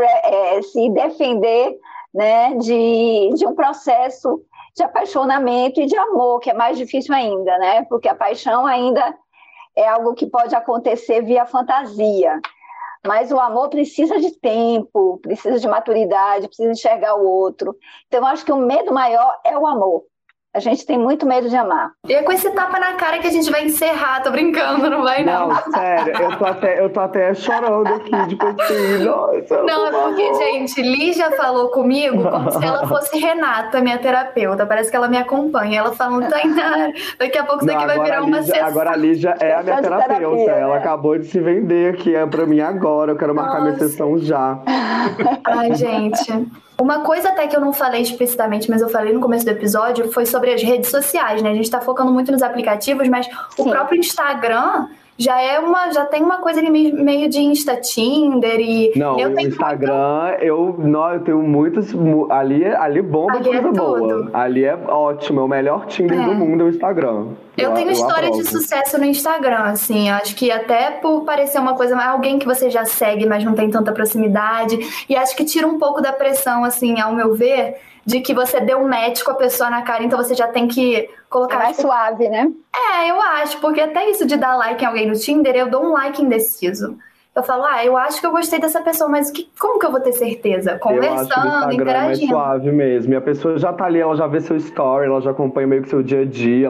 se defender, né, de um processo de apaixonamento e de amor, que é mais difícil ainda, né? Porque a paixão ainda é algo que pode acontecer via fantasia. Mas o amor precisa de tempo, precisa de maturidade, precisa enxergar o outro. Então, eu acho que o medo maior é o amor. A gente tem muito medo de amar. E é com esse tapa na cara que a gente vai encerrar. Tô brincando, não vai não. Não, sério, eu tô até chorando aqui de assim, nossa. Não, é porque, gente, Lígia falou comigo como se ela fosse Renata, minha terapeuta. Parece que ela me acompanha. Ela falando, Tainara, daqui a pouco isso aqui vai virar uma sessão. Agora a Lígia é a minha terapeuta. Ela acabou de se vender aqui, é pra mim agora. Eu quero marcar minha sessão já. Ai, gente... Uma coisa até que eu não falei explicitamente, mas eu falei no começo do episódio, foi sobre as redes sociais, né? A gente tá focando muito nos aplicativos, mas o próprio Instagram já tem uma coisa ali meio de Insta Tinder e... Não, o Instagram, eu tenho muitas... Ali bomba coisa boa. Ali é ótimo, é o melhor Tinder do mundo, é o Instagram. Eu tenho história de sucesso no Instagram, assim, acho que até por parecer uma coisa, alguém que você já segue, mas não tem tanta proximidade, e acho que tira um pouco da pressão, assim, ao meu ver, de que você deu um match com a pessoa na cara, então você já tem que colocar... É mais suave, né? Eu acho, porque até isso de dar like em alguém no Tinder, eu dou um like indeciso. Eu falo, eu acho que eu gostei dessa pessoa, mas como que eu vou ter certeza? Conversando, interagindo. É mais suave mesmo. E a pessoa já tá ali, ela já vê seu story, ela já acompanha meio que seu dia a dia,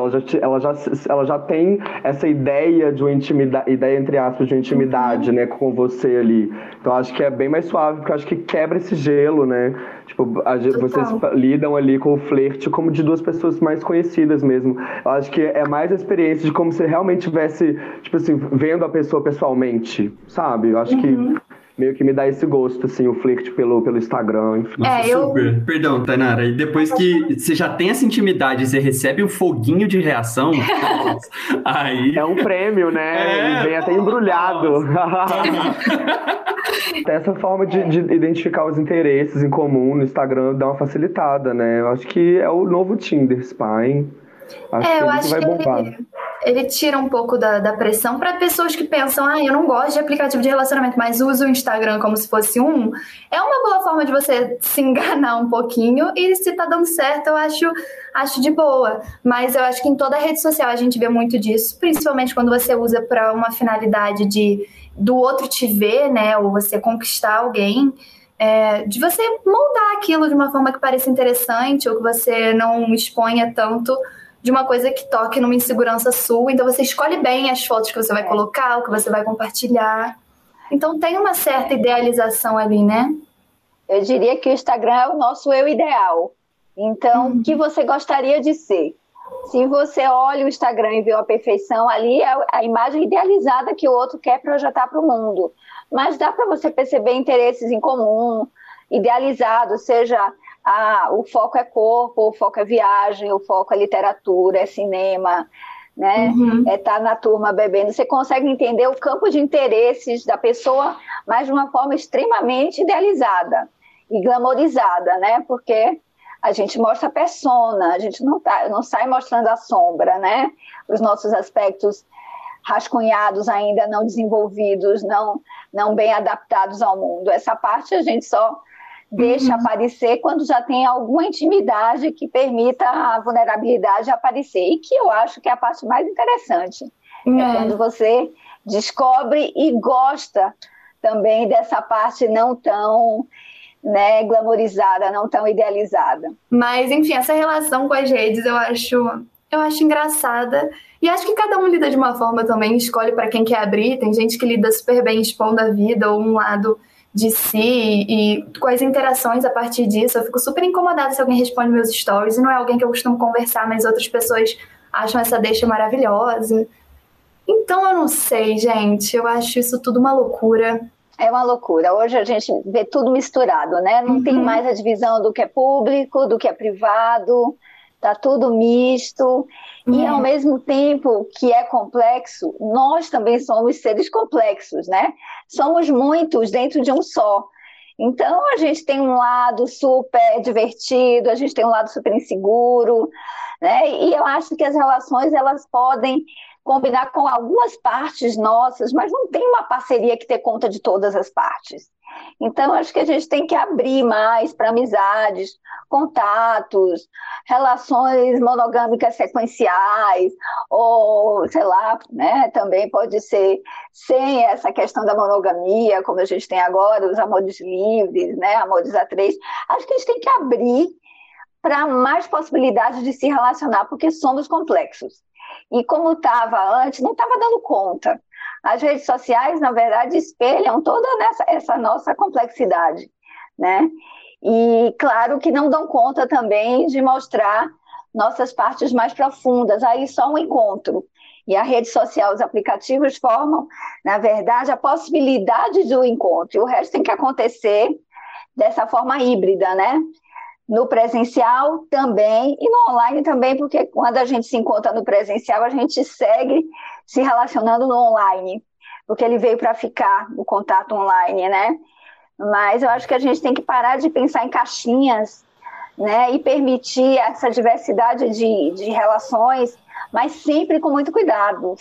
ela já tem essa ideia de uma intimidade, ideia entre aspas, de uma intimidade, né, com você ali. Então acho que é bem mais suave, porque eu acho que quebra esse gelo, né? Tipo, vocês lidam ali com o flerte como de duas pessoas mais conhecidas mesmo. Eu acho que é mais a experiência de como se realmente estivesse, tipo assim, vendo a pessoa pessoalmente, sabe? Eu acho que meio que me dá esse gosto, assim, o flerte pelo Instagram, enfim. Super. Perdão, Tainara. E depois que você já tem essa intimidade, você recebe um foguinho de reação, aí... É um prêmio, né? Ele vem até embrulhado. Essa forma de identificar os interesses em comum no Instagram dá uma facilitada, né? Eu acho que é o novo Tinder, Spy. Eu acho que ele tira um pouco da pressão para pessoas que pensam, eu não gosto de aplicativo de relacionamento, mas uso o Instagram como se fosse um. É uma boa forma de você se enganar um pouquinho, e se tá dando certo, eu acho de boa. Mas eu acho que em toda rede social a gente vê muito disso, principalmente quando você usa para uma finalidade do outro te ver, né, ou você conquistar alguém, de você moldar aquilo de uma forma que pareça interessante, ou que você não exponha tanto de uma coisa que toque numa insegurança sua. Então você escolhe bem as fotos que você vai colocar, o que você vai compartilhar. Então tem uma certa idealização ali, né? Eu diria que o Instagram é o nosso eu ideal. Então, o que você gostaria de ser? Se você olha o Instagram e vê a perfeição, ali é a imagem idealizada que o outro quer projetar para o mundo. Mas dá para você perceber interesses em comum, idealizados, seja o foco é corpo, o foco é viagem, o foco é literatura, é cinema, né? Tá na turma bebendo. Você consegue entender o campo de interesses da pessoa, mas de uma forma extremamente idealizada e glamorizada, né? Porque a gente mostra a persona, a gente não sai mostrando a sombra, né? Os nossos aspectos rascunhados ainda não desenvolvidos, não bem adaptados ao mundo. Essa parte a gente só deixa aparecer quando já tem alguma intimidade que permita a vulnerabilidade aparecer. E que eu acho que é a parte mais interessante. É quando você descobre e gosta também dessa parte não tão, né, glamorizada, não tão idealizada. Mas, enfim, essa relação com as redes eu acho engraçada. E acho que cada um lida de uma forma também, escolhe para quem quer abrir. Tem gente que lida super bem expondo a vida ou um lado de si e com as interações a partir disso. Eu fico super incomodada se alguém responde meus stories e não é alguém que eu costumo conversar, mas outras pessoas acham essa deixa maravilhosa. Então eu não sei, gente, eu acho isso tudo uma loucura. É uma loucura. Hoje a gente vê tudo misturado, né? Não tem mais a divisão do que é público, do que é privado, tá tudo misto. E ao mesmo tempo que é complexo, nós também somos seres complexos, né? Somos muitos dentro de um só. Então a gente tem um lado super divertido, a gente tem um lado super inseguro, né? E eu acho que as relações elas podem combinar com algumas partes nossas, mas não tem uma parceria que dê conta de todas as partes. Então, acho que a gente tem que abrir mais para amizades, contatos, relações monogâmicas sequenciais, ou, sei lá, né, também pode ser sem essa questão da monogamia, como a gente tem agora, os amores livres, né, amores a três. Acho que a gente tem que abrir para mais possibilidades de se relacionar, porque somos complexos. E como estava antes, não estava dando conta. As redes sociais, na verdade, espelham toda essa nossa complexidade, né? E, claro, que não dão conta também de mostrar nossas partes mais profundas. Aí só um encontro. E a rede social, os aplicativos formam, na verdade, a possibilidade do encontro. E o resto tem que acontecer dessa forma híbrida, né? No presencial também e no online também, porque quando a gente se encontra no presencial, a gente segue se relacionando no online, porque ele veio para ficar, o contato online, né? Mas eu acho que a gente tem que parar de pensar em caixinhas, né? E permitir essa diversidade de relações, mas sempre com muito cuidado,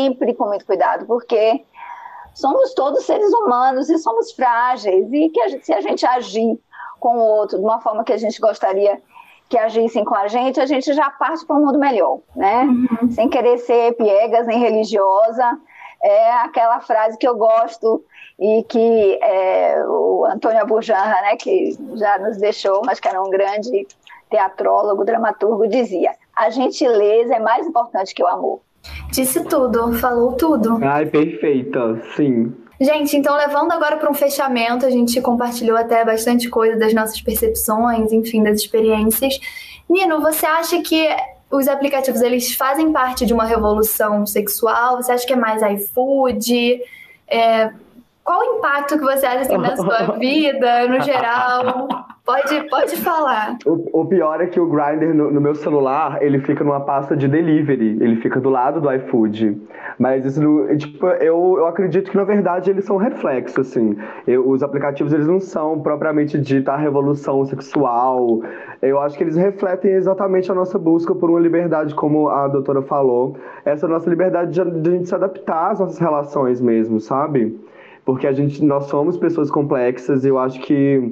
porque somos todos seres humanos e somos frágeis, e que se a gente agir com o outro de uma forma que a gente gostaria que agissem com a gente já parte para um mundo melhor, né? Sem querer ser piegas nem religiosa. É aquela frase que eu gosto e que o Antônio Abujamra, né, que já nos deixou, mas que era um grande teatrólogo, dramaturgo, dizia: a gentileza é mais importante que o amor. Disse tudo, falou tudo. Ai, perfeita, sim. Gente, então levando agora para um fechamento, a gente compartilhou até bastante coisa das nossas percepções, enfim, das experiências. Nino, você acha que os aplicativos, eles fazem parte de uma revolução sexual? Você acha que é mais iFood? Qual o impacto que você acha assim, na sua vida, no geral? Pode falar. O pior é que o Grindr no meu celular, ele fica numa pasta de delivery, ele fica do lado do iFood. Mas isso, tipo, eu acredito que na verdade eles são reflexo, assim. Os aplicativos, eles não são propriamente dita a revolução sexual. Eu acho que eles refletem exatamente a nossa busca por uma liberdade, como a doutora falou. Essa nossa liberdade de a gente se adaptar às nossas relações mesmo, sabe? Porque nós somos pessoas complexas e eu acho que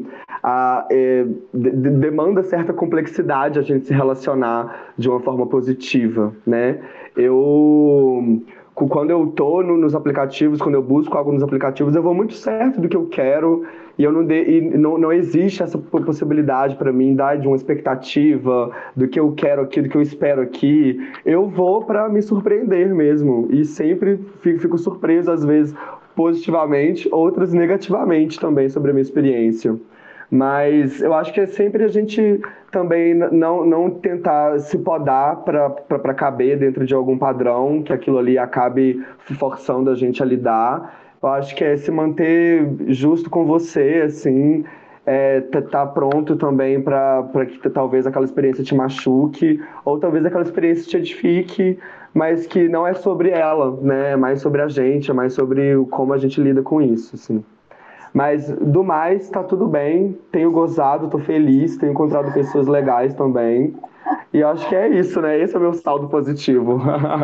demanda certa complexidade a gente se relacionar de uma forma positiva, né? Quando eu tô nos aplicativos, quando eu busco algo nos aplicativos, eu vou muito certo do que eu quero e não existe essa possibilidade para mim de uma expectativa do que eu quero aqui, do que eu espero aqui. Eu vou para me surpreender mesmo e sempre fico surpreso, às vezes, positivamente, outras negativamente também sobre a minha experiência. Mas eu acho que é sempre a gente também não tentar se podar para caber dentro de algum padrão, que aquilo ali acabe forçando a gente a lidar. Eu acho que é se manter justo com você, assim, tá pronto também para que talvez aquela experiência te machuque, ou talvez aquela experiência te edifique, mas que não é sobre ela, né? É mais sobre a gente, é mais sobre como a gente lida com isso, assim. Mas, do mais, tá tudo bem. Tenho gozado, tô feliz, tenho encontrado pessoas legais também. E eu acho que é isso, né? Esse é o meu saldo positivo.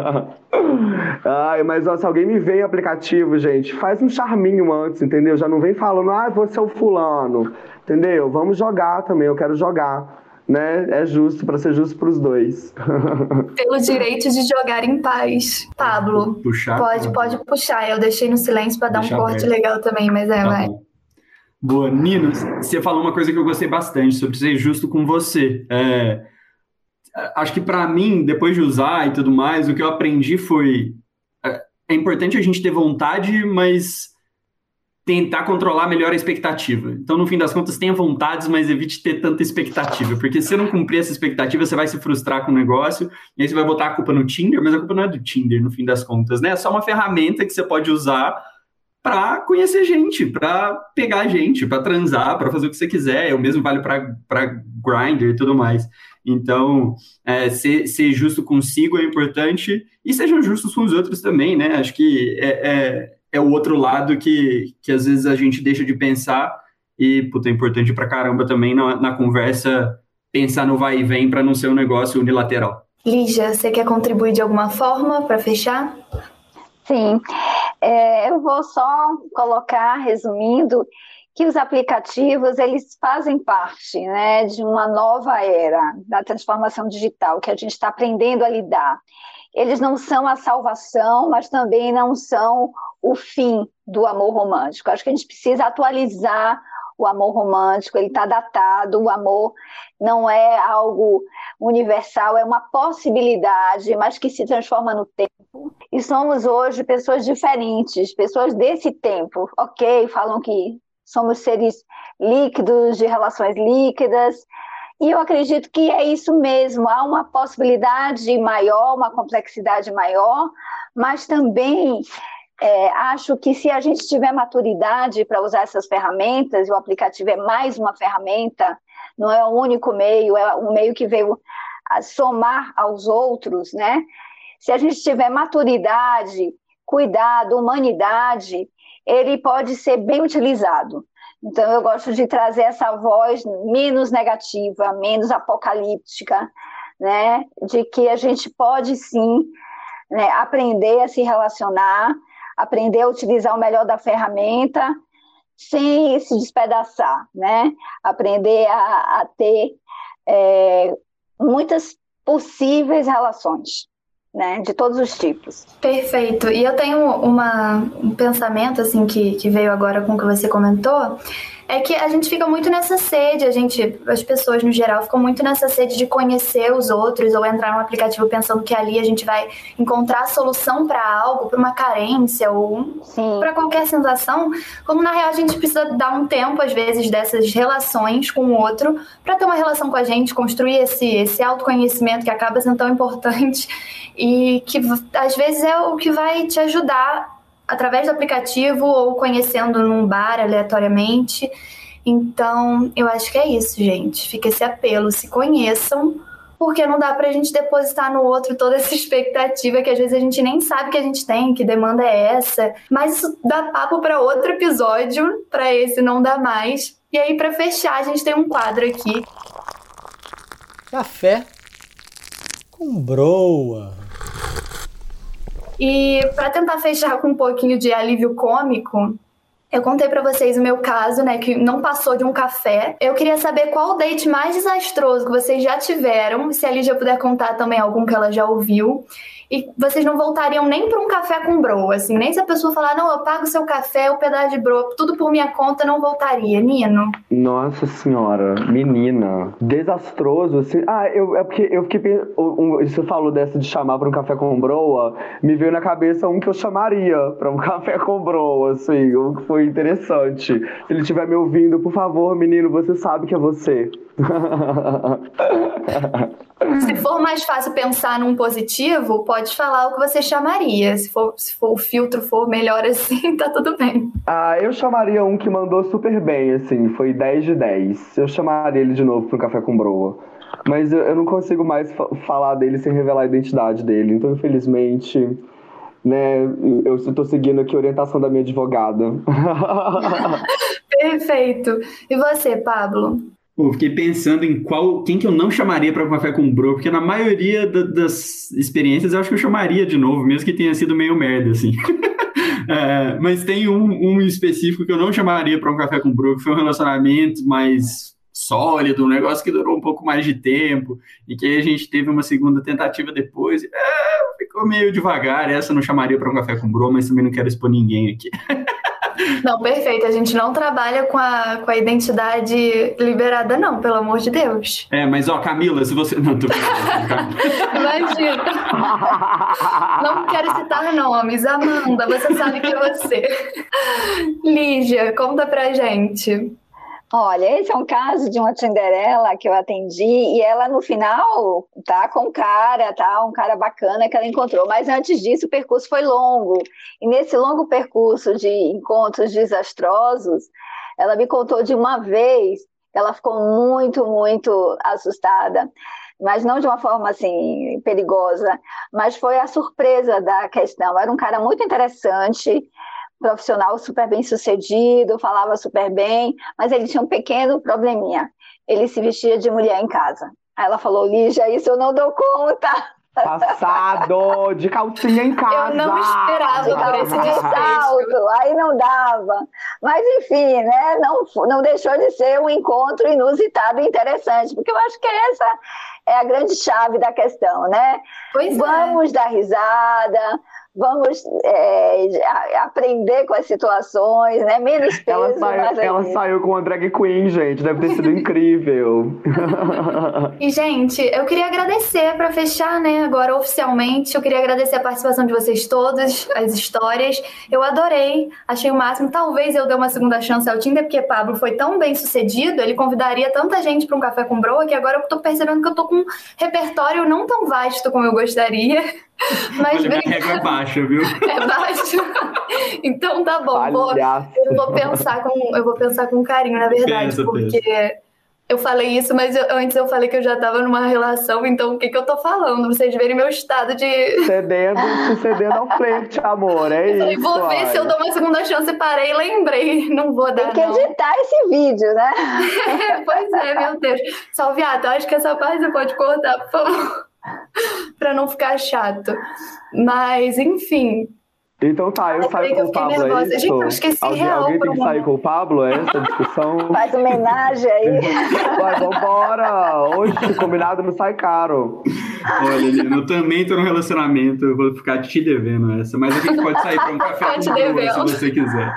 Ai, mas ó, se alguém me vê em aplicativo, gente, faz um charminho antes, entendeu? Já não vem falando, você é o fulano, entendeu? Vamos jogar também, eu quero jogar, né? É justo, pra ser justo pros dois. Pelo direito de jogar em paz. Pablo, Puxar? pode puxar. Eu deixei no silêncio pra dar um Deixa corte aberto. legal também, mas vai. Bom. Boa, Nino, você falou uma coisa que eu gostei bastante, sobre ser justo com você. Acho que para mim, depois de usar e tudo mais, o que eu aprendi foi... É importante a gente ter vontade, mas tentar controlar melhor a expectativa. Então, no fim das contas, tenha vontades, mas evite ter tanta expectativa, porque se você não cumprir essa expectativa, você vai se frustrar com o negócio, e aí você vai botar a culpa no Tinder, mas a culpa não é do Tinder, no fim das contas, né? É só uma ferramenta que você pode usar para conhecer gente, para pegar gente, para transar, para fazer o que você quiser. O mesmo vale para Grindr e tudo mais. Então, ser justo consigo é importante e sejam justos com os outros também, né? Acho que é o outro lado que às vezes a gente deixa de pensar e, puta, é importante pra caramba também na conversa pensar no vai e vem para não ser um negócio unilateral. Lígia, você quer contribuir de alguma forma para fechar? Sim, eu vou só colocar, resumindo, que os aplicativos, eles fazem parte, né, de uma nova era da transformação digital, que a gente está aprendendo a lidar. Eles não são a salvação, mas também não são o fim do amor romântico. Acho que a gente precisa atualizar o amor romântico, ele está datado, o amor não é algo universal, é uma possibilidade, mas que se transforma no tempo. E somos hoje pessoas diferentes, pessoas desse tempo. Ok, falam que somos seres líquidos, de relações líquidas, e eu acredito que é isso mesmo, há uma possibilidade maior, uma complexidade maior, mas também acho que se a gente tiver maturidade para usar essas ferramentas, e o aplicativo é mais uma ferramenta, não é o único meio, é um meio que veio a somar aos outros, né? Se a gente tiver maturidade, cuidado, humanidade, ele pode ser bem utilizado. Então, eu gosto de trazer essa voz menos negativa, menos apocalíptica, né? De que a gente pode, sim, né, aprender a se relacionar, aprender a utilizar o melhor da ferramenta, sem se despedaçar, né? Aprender a ter muitas possíveis relações, né, de todos os tipos. Perfeito. E eu tenho um pensamento assim que veio agora com o que você comentou, é que a gente fica muito nessa sede, as pessoas no geral ficam muito nessa sede de conhecer os outros ou entrar num aplicativo pensando que ali a gente vai encontrar a solução para algo, para uma carência ou para qualquer sensação, como na real a gente precisa dar um tempo, às vezes, dessas relações com o outro para ter uma relação com a gente, construir esse autoconhecimento que acaba sendo tão importante e que às vezes é o que vai te ajudar através do aplicativo ou conhecendo num bar aleatoriamente. Então, eu acho que é isso, gente. Fica esse apelo, se conheçam, porque não dá pra gente depositar no outro toda essa expectativa que às vezes a gente nem sabe que a gente tem, que demanda é essa. Mas isso dá papo pra outro episódio, pra esse não dá mais. E aí, pra fechar, a gente tem um quadro aqui. Café com broa. E para tentar fechar com um pouquinho de alívio cômico, eu contei para vocês o meu caso, né, que não passou de um café. Eu queria saber qual o date mais desastroso que vocês já tiveram, se a Lígia puder contar também algum que ela já ouviu. E vocês não voltariam nem para um café com broa, assim, nem se a pessoa falar, não, eu pago o seu café, o pedaço de broa, tudo por minha conta, não voltaria. Nino? Nossa senhora, menina, desastroso, assim. É porque eu fiquei pensando, você falou dessa de chamar para um café com broa, me veio na cabeça um que eu chamaria para um café com broa, assim, um que foi interessante. Se ele estiver me ouvindo, por favor, menino, você sabe que é você. Se for mais fácil pensar num positivo, pode falar o que você chamaria. Se for o filtro for melhor assim, tá tudo bem. Eu chamaria um que mandou super bem, assim, foi 10 de 10. Eu chamaria ele de novo para um café com broa. Mas eu não consigo mais falar dele sem revelar a identidade dele. Então, infelizmente, né, eu tô seguindo aqui a orientação da minha advogada. Perfeito. E você, Pablo? Pô, fiquei pensando em quem que eu não chamaria para um café com bro, porque na maioria das experiências eu acho que eu chamaria de novo, mesmo que tenha sido meio merda, assim. Mas tem um específico que eu não chamaria para um café com bro, que foi um relacionamento mais sólido, um negócio que durou um pouco mais de tempo, e que aí a gente teve uma segunda tentativa depois, ficou meio devagar. Essa eu não chamaria para um café com bro, mas também não quero expor ninguém aqui. Não, perfeito. A gente não trabalha com a identidade liberada, não, pelo amor de Deus. Mas, Camila, se você... Não, tô... Imagina. Não quero citar nomes. Amanda, você sabe que é você. Lígia, conta pra gente. Olha, esse é um caso de uma Tinderela que eu atendi e ela no final tá com um cara bacana que ela encontrou, mas antes disso o percurso foi longo, e nesse longo percurso de encontros desastrosos, ela me contou de uma vez que ela ficou muito, muito assustada, mas não de uma forma assim perigosa, mas foi a surpresa da questão. Era um cara muito interessante, profissional super bem sucedido, falava super bem, mas ele tinha um pequeno probleminha. Ele se vestia de mulher em casa. Aí ela falou: Lígia, isso eu não dou conta. Passado, de calcinha em casa. Eu não esperava por esse salto, aí não dava. Mas enfim, né? Não deixou de ser um encontro inusitado e interessante, porque eu acho que essa é a grande chave da questão, né? Vamos dar risada, vamos aprender com as situações, né? Menos peso. Ela saiu com uma drag queen, gente. Deve ter sido incrível. E, gente, eu queria agradecer, para fechar, né, agora oficialmente, eu queria agradecer a participação de vocês todos, as histórias. Eu adorei, achei o máximo. Talvez eu dê uma segunda chance ao Tinder, porque Pablo foi tão bem sucedido, ele convidaria tanta gente para um café com broa, que agora eu tô percebendo que eu tô com um repertório não tão vasto como eu gostaria. Mas minha régua é baixa, viu? É baixo. Então tá bom. Eu vou pensar com carinho, na verdade, porque eu falei isso, mas antes eu falei que eu já tava numa relação, então o que eu tô falando? Vocês verem meu estado de... Cedendo ao flerte, amor, é eu isso. Vou ver se eu dou uma segunda chance, parei e lembrei. Não vou dar, Tem que editar esse vídeo, né? Pois é, meu Deus. Salviato, acho que essa parte você pode cortar, por favor. Pra não ficar chato. Mas, enfim. Então tá, eu saio com o Pablo, é isso? Gente, eu esqueci real. Alguém tem que sair com o Pablo, é essa discussão? Faz homenagem aí. Vai, vambora! Hoje, combinado não sai caro. Olha, Lina, eu também tô num relacionamento, eu vou ficar te devendo essa, mas a gente pode sair pra um café com se você quiser.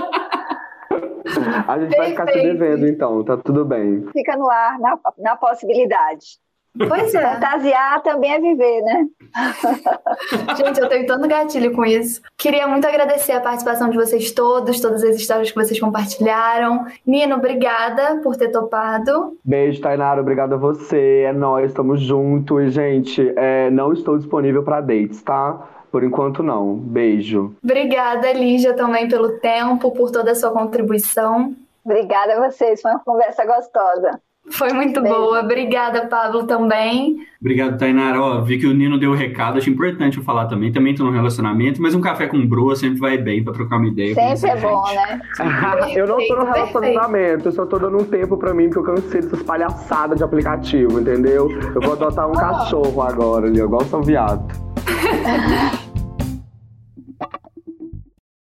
A gente vai ficar te devendo, então, tá tudo bem. Fica no ar, na possibilidade. Pois é. Fantasiar também é viver, né? Gente, eu tenho tanto gatilho com isso. Queria muito agradecer a participação de vocês todos, todas as histórias que vocês compartilharam. Nino, obrigada por ter topado. Beijo, Tainara, obrigado a você. É nóis, estamos juntos. E, gente, não estou disponível para dates, tá? Por enquanto, não. Beijo. Obrigada, Lígia, também pelo tempo, por toda a sua contribuição. Obrigada a vocês, foi uma conversa gostosa. Foi muito boa. Obrigada, Pablo, também. Obrigado, Tainara. Vi que o Nino deu o recado, achei importante eu falar também. Também tô num relacionamento, mas um café com broa sempre vai bem pra trocar uma ideia. Sempre é bom, né? Eu não tô no relacionamento, eu só tô dando um tempo pra mim, porque eu cansei dessas palhaçadas de aplicativo, entendeu? Eu vou adotar um cachorro agora ali, igual o Salviato.